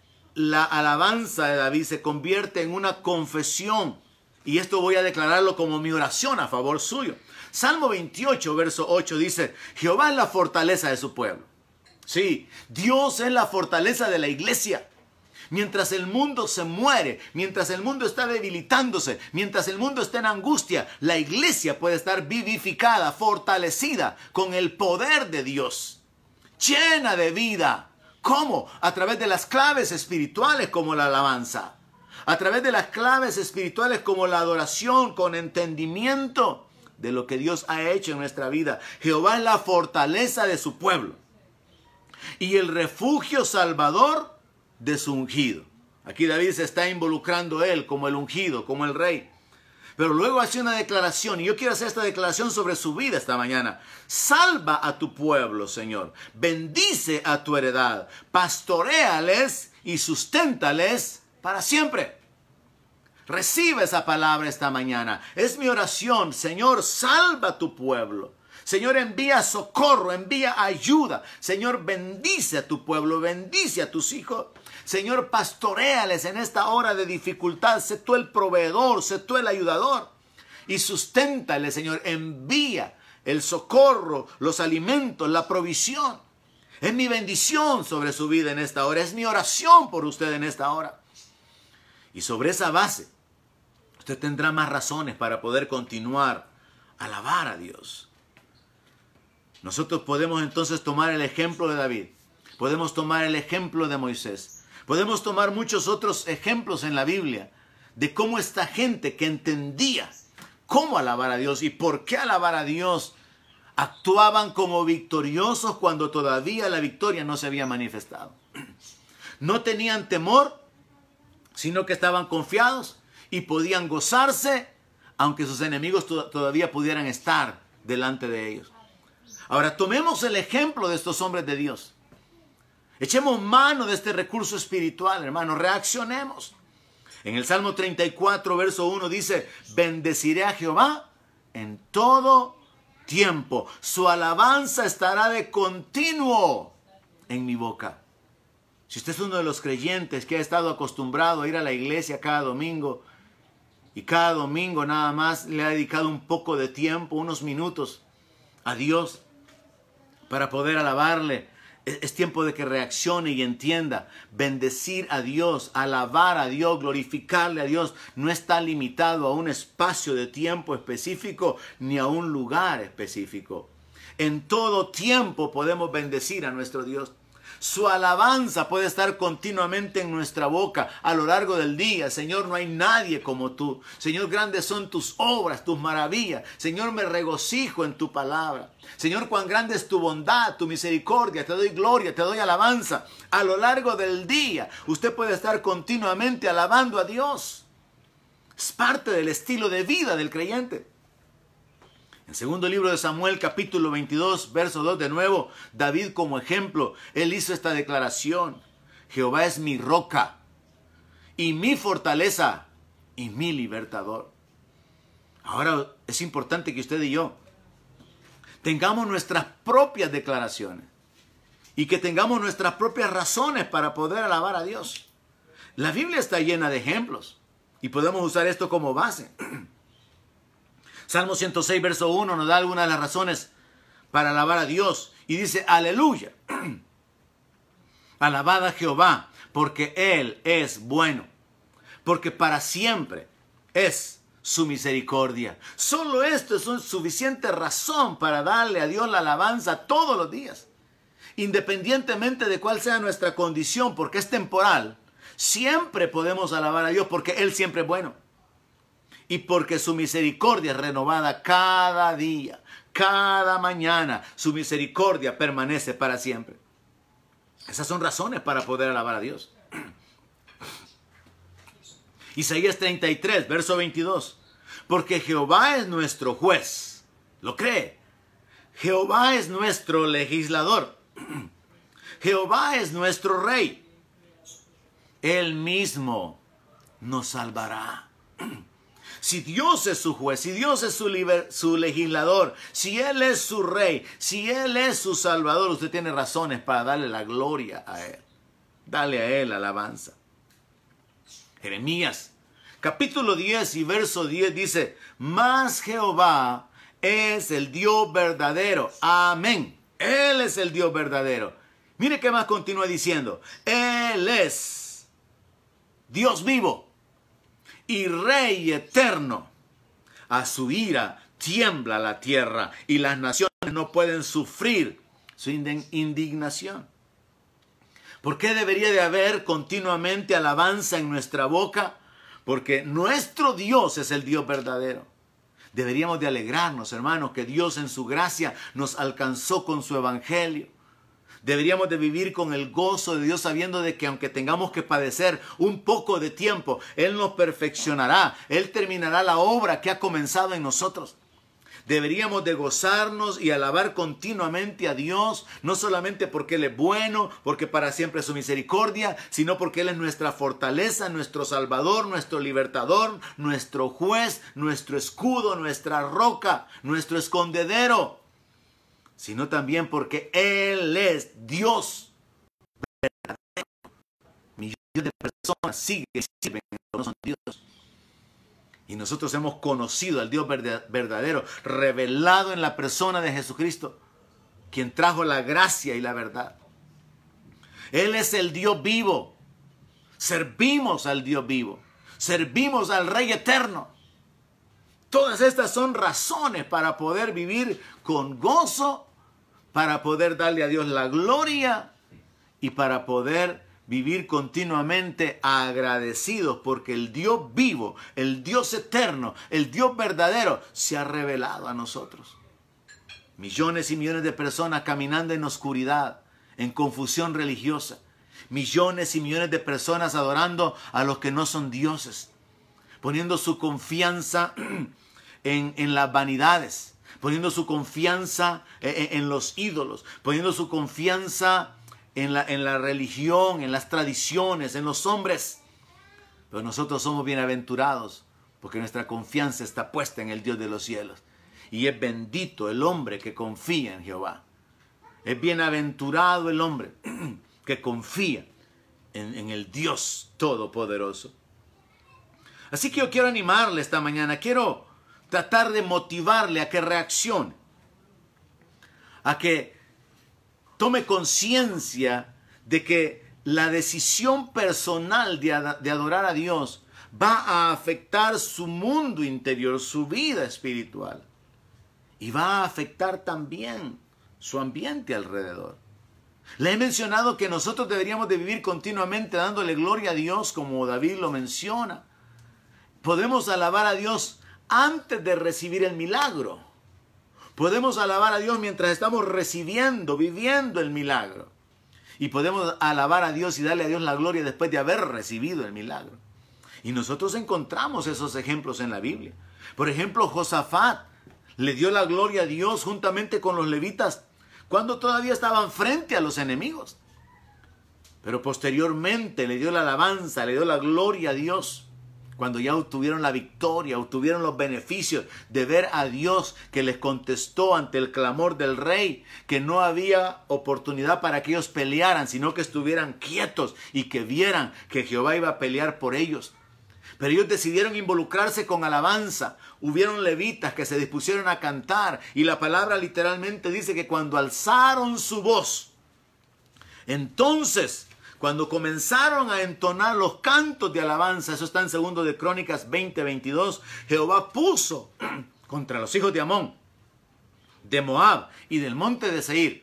S1: la alabanza de David se convierte en una confesión. Y esto voy a declararlo como mi oración a favor suyo. Salmo veintiocho, verso ocho dice, Jehová es la fortaleza de su pueblo. Sí, Dios es la fortaleza de la iglesia. Mientras el mundo se muere, mientras el mundo está debilitándose, mientras el mundo está en angustia, la iglesia puede estar vivificada, fortalecida con el poder de Dios, llena de vida. ¿Cómo? A través de las claves espirituales como la alabanza. A través de las claves espirituales como la adoración con entendimiento de lo que Dios ha hecho en nuestra vida. Jehová es la fortaleza de su pueblo y el refugio salvador de su ungido. Aquí David se está involucrando él como el ungido, como el rey. Pero luego hace una declaración, y yo quiero hacer esta declaración sobre su vida esta mañana. Salva a tu pueblo, Señor. Bendice a tu heredad. Pastoréales y susténtales para siempre. Recibe esa palabra esta mañana. Es mi oración, Señor, salva a tu pueblo. Señor, envía socorro, envía ayuda. Señor, bendice a tu pueblo, bendice a tus hijos. Señor, pastoréales en esta hora de dificultad. Sé tú el proveedor, sé tú el ayudador. Y susténtale, Señor, envía el socorro, los alimentos, la provisión. Es mi bendición sobre su vida en esta hora. Es mi oración por usted en esta hora. Y sobre esa base, usted tendrá más razones para poder continuar a alabar a Dios. Nosotros podemos entonces tomar el ejemplo de David. Podemos tomar el ejemplo de Moisés. Podemos tomar muchos otros ejemplos en la Biblia de cómo esta gente que entendía cómo alabar a Dios y por qué alabar a Dios, actuaban como victoriosos cuando todavía la victoria no se había manifestado. No tenían temor, sino que estaban confiados y podían gozarse, aunque sus enemigos to- todavía pudieran estar delante de ellos. Ahora, tomemos el ejemplo de estos hombres de Dios. Echemos mano de este recurso espiritual, hermanos. Reaccionemos. En el Salmo treinta y cuatro, verso uno dice, bendeciré a Jehová en todo tiempo. Su alabanza estará de continuo en mi boca. Si usted es uno de los creyentes que ha estado acostumbrado a ir a la iglesia cada domingo y cada domingo nada más le ha dedicado un poco de tiempo, unos minutos a Dios para poder alabarle, es tiempo de que reaccione y entienda. Bendecir a Dios, alabar a Dios, glorificarle a Dios no está limitado a un espacio de tiempo específico ni a un lugar específico. En todo tiempo podemos bendecir a nuestro Dios. Su alabanza puede estar continuamente en nuestra boca a lo largo del día. Señor, no hay nadie como tú. Señor, grandes son tus obras, tus maravillas. Señor, me regocijo en tu palabra. Señor, cuán grande es tu bondad, tu misericordia. Te doy gloria, te doy alabanza. A lo largo del día, usted puede estar continuamente alabando a Dios. Es parte del estilo de vida del creyente. En segundo libro de Samuel, capítulo veintidós, verso dos, de nuevo, David como ejemplo, él hizo esta declaración. Jehová es mi roca y mi fortaleza y mi libertador. Ahora es importante que usted y yo tengamos nuestras propias declaraciones y que tengamos nuestras propias razones para poder alabar a Dios. La Biblia está llena de ejemplos y podemos usar esto como base. Salmo ciento seis, verso uno nos da algunas de las razones para alabar a Dios. Y dice, aleluya. Alabad a Jehová, porque Él es bueno. Porque para siempre es su misericordia. Solo esto es una suficiente razón para darle a Dios la alabanza todos los días. Independientemente de cuál sea nuestra condición, porque es temporal, siempre podemos alabar a Dios porque Él siempre es bueno. Y porque su misericordia es renovada cada día, cada mañana. Su misericordia permanece para siempre. Esas son razones para poder alabar a Dios. Isaías treinta y tres, verso veintidós. Porque Jehová es nuestro juez. ¿Lo cree? Jehová es nuestro legislador. Jehová es nuestro rey. Él mismo nos salvará. Si Dios es su juez, si Dios es su, liber, su legislador, si Él es su rey, si Él es su salvador, usted tiene razones para darle la gloria a Él. Dale a Él alabanza. Jeremías, capítulo diez y verso diez dice, mas Jehová es el Dios verdadero. Amén. Él es el Dios verdadero. Mire qué más continúa diciendo. Él es Dios vivo y Rey eterno. A su ira tiembla la tierra y las naciones no pueden sufrir su indignación. ¿Por qué debería de haber continuamente alabanza en nuestra boca? Porque nuestro Dios es el Dios verdadero. Deberíamos de alegrarnos, hermanos, que Dios en su gracia nos alcanzó con su evangelio. Deberíamos de vivir con el gozo de Dios sabiendo de que aunque tengamos que padecer un poco de tiempo, Él nos perfeccionará. Él terminará la obra que ha comenzado en nosotros. Deberíamos de gozarnos y alabar continuamente a Dios, no solamente porque Él es bueno, porque para siempre es su misericordia, sino porque Él es nuestra fortaleza, nuestro Salvador, nuestro libertador, nuestro juez, nuestro escudo, nuestra roca, nuestro escondedero. Sino también porque Él es Dios verdadero. Millones de personas siguen y sirven, no son Dios. Y nosotros hemos conocido al Dios verdadero, revelado en la persona de Jesucristo, quien trajo la gracia y la verdad. Él es el Dios vivo. Servimos al Dios vivo. Servimos al Rey eterno. Todas estas son razones para poder vivir con gozo, para poder darle a Dios la gloria y para poder vivir continuamente agradecidos porque el Dios vivo, el Dios eterno, el Dios verdadero se ha revelado a nosotros. Millones y millones de personas caminando en oscuridad, en confusión religiosa. Millones y millones de personas adorando a los que no son dioses, poniendo su confianza en, en las vanidades, poniendo su confianza en, en los ídolos, poniendo su confianza en la, en la religión, en las tradiciones, en los hombres. Pero nosotros somos bienaventurados porque nuestra confianza está puesta en el Dios de los cielos. Y es bendito el hombre que confía en Jehová. Es bienaventurado el hombre que confía en, en el Dios Todopoderoso. Así que yo quiero animarle esta mañana, quiero tratar de motivarle a que reaccione, a que tome conciencia de que la decisión personal de, ad de adorar a Dios va a afectar su mundo interior, su vida espiritual, y va a afectar también su ambiente alrededor. Le he mencionado que nosotros deberíamos de vivir continuamente dándole gloria a Dios, como David lo menciona. Podemos alabar a Dios antes de recibir el milagro. Podemos alabar a Dios mientras estamos recibiendo, viviendo el milagro. Y podemos alabar a Dios y darle a Dios la gloria después de haber recibido el milagro. Y nosotros encontramos esos ejemplos en la Biblia. Por ejemplo, Josafat le dio la gloria a Dios juntamente con los levitas cuando todavía estaban frente a los enemigos. Pero posteriormente le dio la alabanza, le dio la gloria a Dios cuando ya obtuvieron la victoria, obtuvieron los beneficios de ver a Dios que les contestó ante el clamor del rey, que no había oportunidad para que ellos pelearan, sino que estuvieran quietos y que vieran que Jehová iba a pelear por ellos. Pero ellos decidieron involucrarse con alabanza. Hubieron levitas que se dispusieron a cantar. Y la palabra literalmente dice que cuando alzaron su voz, entonces, cuando comenzaron a entonar los cantos de alabanza, eso está en segundo de Crónicas veinte, veintidós, Jehová puso contra los hijos de Amón, de Moab y del monte de Seir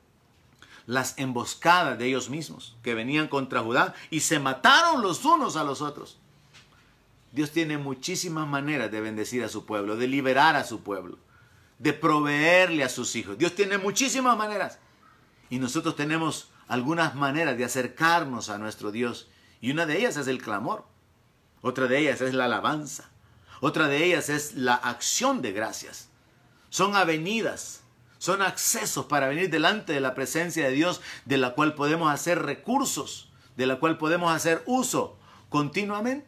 S1: las emboscadas de ellos mismos que venían contra Judá y se mataron los unos a los otros. Dios tiene muchísimas maneras de bendecir a su pueblo, de liberar a su pueblo, de proveerle a sus hijos. Dios tiene muchísimas maneras. Y nosotros tenemos algunas maneras de acercarnos a nuestro Dios. Y una de ellas es el clamor. Otra de ellas es la alabanza. Otra de ellas es la acción de gracias. Son avenidas, son accesos para venir delante de la presencia de Dios, de la cual podemos hacer recursos, de la cual podemos hacer uso continuamente.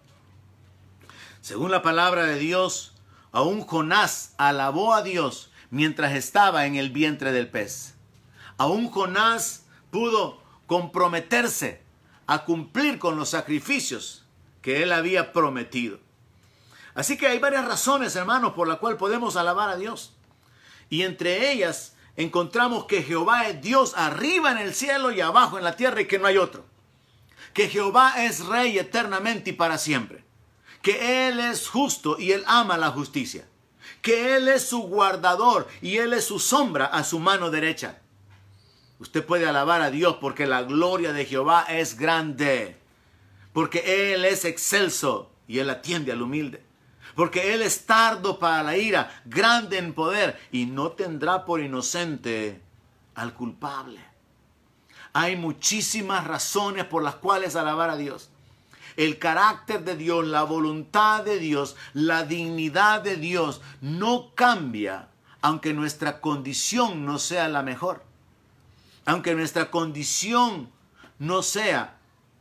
S1: Según la palabra de Dios, aún Jonás alabó a Dios mientras estaba en el vientre del pez. Aún Jonás pudo comprometerse a cumplir con los sacrificios que él había prometido. Así que hay varias razones, hermanos, por las cuales podemos alabar a Dios. Y entre ellas encontramos que Jehová es Dios arriba en el cielo y abajo en la tierra y que no hay otro. Que Jehová es Rey eternamente y para siempre. Que Él es justo y Él ama la justicia. Que Él es su guardador y Él es su sombra a su mano derecha. Usted puede alabar a Dios porque la gloria de Jehová es grande. Porque Él es excelso y Él atiende al humilde. Porque Él es tardo para la ira, grande en poder y no tendrá por inocente al culpable. Hay muchísimas razones por las cuales alabar a Dios. El carácter de Dios, la voluntad de Dios, la dignidad de Dios no cambia aunque nuestra condición no sea la mejor. Aunque nuestra condición no sea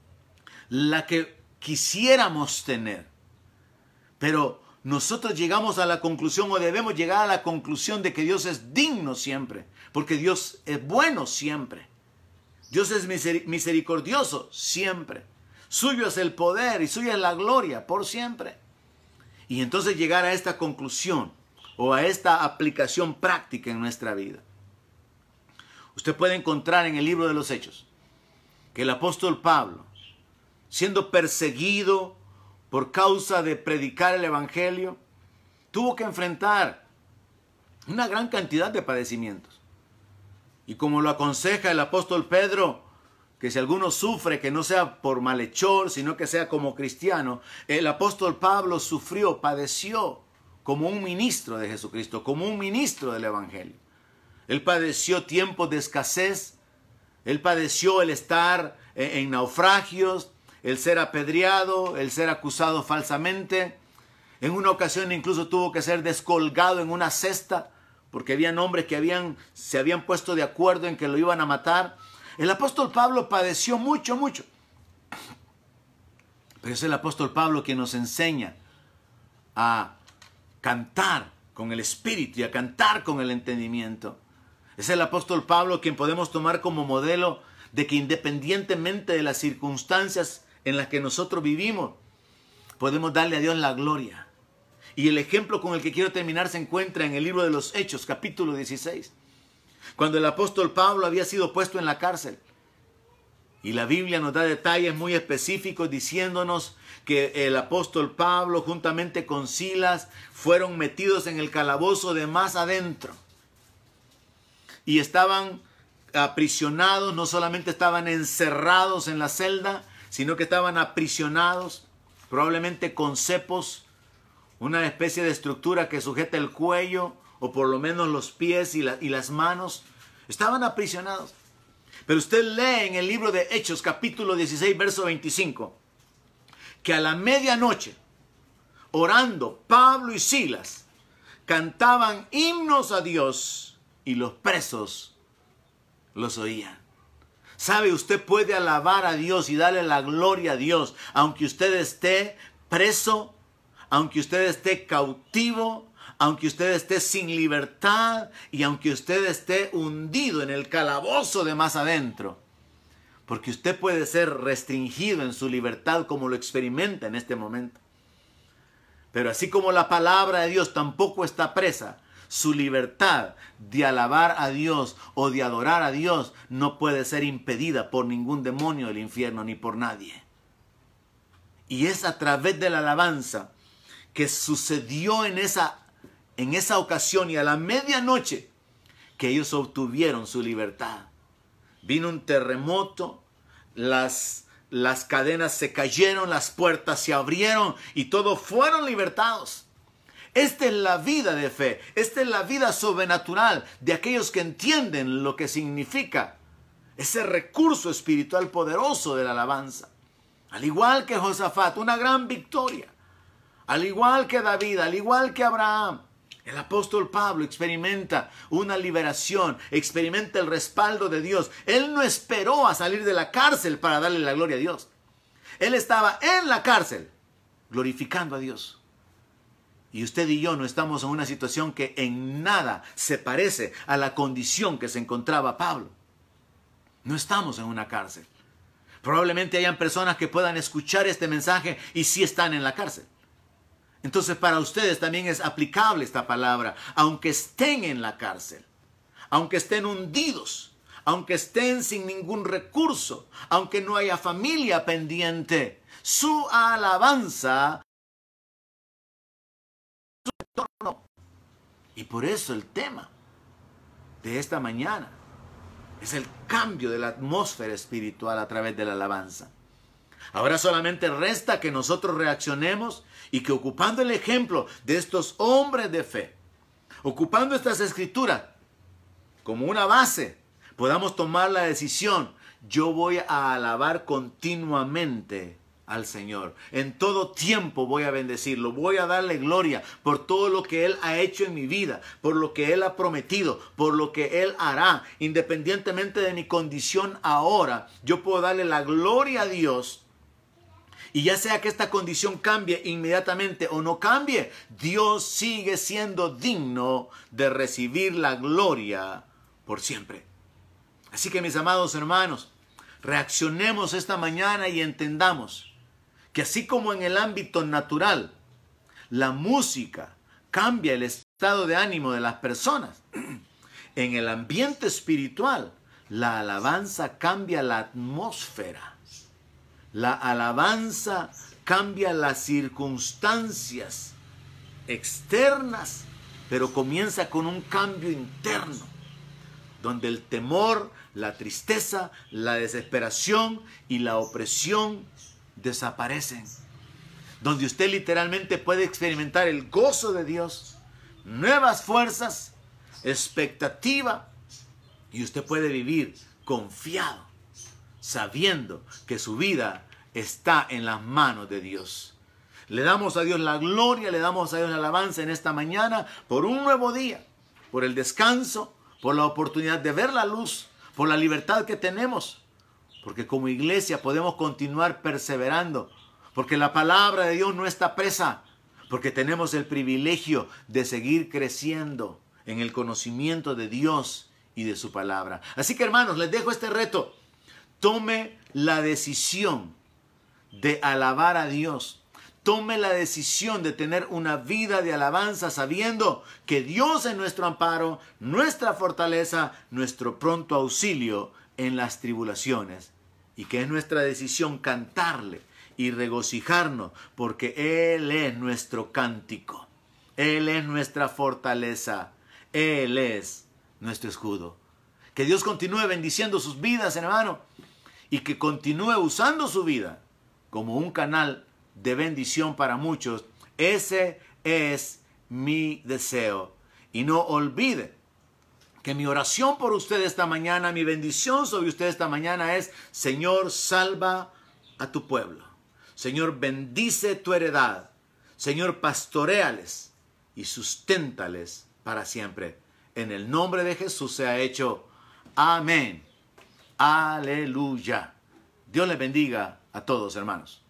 S1: la que quisiéramos tener. Pero nosotros llegamos a la conclusión o debemos llegar a la conclusión de que Dios es digno siempre. Porque Dios es bueno siempre. Dios es misericordioso siempre. Suyo es el poder y suya es la gloria por siempre. Y entonces llegar a esta conclusión o a esta aplicación práctica en nuestra vida. Usted puede encontrar en el libro de los Hechos que el apóstol Pablo, siendo perseguido por causa de predicar el evangelio, tuvo que enfrentar una gran cantidad de padecimientos. Y como lo aconseja el apóstol Pedro, que si alguno sufre, que no sea por malhechor, sino que sea como cristiano. El apóstol Pablo sufrió, padeció como un ministro de Jesucristo, como un ministro del Evangelio. Él padeció tiempos de escasez, él padeció el estar en naufragios, el ser apedreado, el ser acusado falsamente. En una ocasión incluso tuvo que ser descolgado en una cesta, porque habían hombres que habían, se habían puesto de acuerdo en que lo iban a matar. El apóstol Pablo padeció mucho, mucho. Pero es el apóstol Pablo quien nos enseña a cantar con el espíritu y a cantar con el entendimiento. Es el apóstol Pablo quien podemos tomar como modelo de que independientemente de las circunstancias en las que nosotros vivimos, podemos darle a Dios la gloria. Y el ejemplo con el que quiero terminar se encuentra en el libro de los Hechos, capítulo dieciséis. Cuando el apóstol Pablo había sido puesto en la cárcel. Y la Biblia nos da detalles muy específicos diciéndonos que el apóstol Pablo juntamente con Silas fueron metidos en el calabozo de más adentro. Y estaban aprisionados, no solamente estaban encerrados en la celda, sino que estaban aprisionados, probablemente con cepos, una especie de estructura que sujeta el cuello, o por lo menos los pies y, la, y las manos. Estaban aprisionados. Pero usted lee en el libro de Hechos, capítulo dieciséis, verso veinticinco, que a la medianoche, orando, Pablo y Silas cantaban himnos a Dios y los presos los oían. ¿Sabe? Usted puede alabar a Dios y darle la gloria a Dios, aunque usted esté preso, aunque usted esté cautivo, aunque usted esté sin libertad y aunque usted esté hundido en el calabozo de más adentro. Porque usted puede ser restringido en su libertad como lo experimenta en este momento. Pero así como la palabra de Dios tampoco está presa, su libertad de alabar a Dios o de adorar a Dios no puede ser impedida por ningún demonio del infierno ni por nadie. Y es a través de la alabanza que sucedió en esa En esa ocasión y a la medianoche que ellos obtuvieron su libertad. Vino un terremoto, las, las cadenas se cayeron, las puertas se abrieron y todos fueron libertados. Esta es la vida de fe, esta es la vida sobrenatural de aquellos que entienden lo que significa ese recurso espiritual poderoso de la alabanza. Al igual que Josafat, una gran victoria. Al igual que David, al igual que Abraham. El apóstol Pablo experimenta una liberación, experimenta el respaldo de Dios. Él no esperó a salir de la cárcel para darle la gloria a Dios. Él estaba en la cárcel glorificando a Dios. Y usted y yo no estamos en una situación que en nada se parece a la condición que se encontraba Pablo. No estamos en una cárcel. Probablemente hayan personas que puedan escuchar este mensaje y sí están en la cárcel. Entonces para ustedes también es aplicable esta palabra, aunque estén en la cárcel, aunque estén hundidos, aunque estén sin ningún recurso, aunque no haya familia pendiente, su alabanza, su entorno. Y por eso el tema de esta mañana es el cambio de la atmósfera espiritual a través de la alabanza. Ahora solamente resta que nosotros reaccionemos y que ocupando el ejemplo de estos hombres de fe, ocupando estas escrituras como una base, podamos tomar la decisión: yo voy a alabar continuamente al Señor. En todo tiempo voy a bendecirlo, voy a darle gloria por todo lo que Él ha hecho en mi vida, por lo que Él ha prometido, por lo que Él hará. Independientemente de mi condición ahora, yo puedo darle la gloria a Dios. Y ya sea que esta condición cambie inmediatamente o no cambie, Dios sigue siendo digno de recibir la gloria por siempre. Así que, mis amados hermanos, reaccionemos esta mañana y entendamos que así como en el ámbito natural, la música cambia el estado de ánimo de las personas, en el ambiente espiritual, la alabanza cambia la atmósfera. La alabanza cambia las circunstancias externas, pero comienza con un cambio interno. donde el temor, la tristeza, la desesperación y la opresión desaparecen. Donde usted literalmente puede experimentar el gozo de Dios, nuevas fuerzas, expectativa, y usted puede vivir confiado, sabiendo que su vida está en las manos de Dios. Le damos a Dios la gloria, le damos a Dios la alabanza en esta mañana por un nuevo día, por el descanso, por la oportunidad de ver la luz, por la libertad que tenemos, porque como iglesia podemos continuar perseverando, porque la palabra de Dios no está presa, porque tenemos el privilegio de seguir creciendo en el conocimiento de Dios y de su palabra. Así que, hermanos, les dejo este reto. Tome la decisión de alabar a Dios. Tome la decisión de tener una vida de alabanza sabiendo que Dios es nuestro amparo, nuestra fortaleza, nuestro pronto auxilio en las tribulaciones. Y que es nuestra decisión cantarle y regocijarnos porque Él es nuestro cántico. Él es nuestra fortaleza. Él es nuestro escudo. Que Dios continúe bendiciendo sus vidas, hermano, y que continúe usando su vida como un canal de bendición para muchos. Ese es mi deseo. Y no olvide que mi oración por usted esta mañana, mi bendición sobre usted esta mañana es: Señor, salva a tu pueblo. Señor, bendice tu heredad. Señor, pastoréales y susténtales para siempre. En el nombre de Jesús se ha hecho. Amén. Aleluya. Dios les bendiga a todos, hermanos.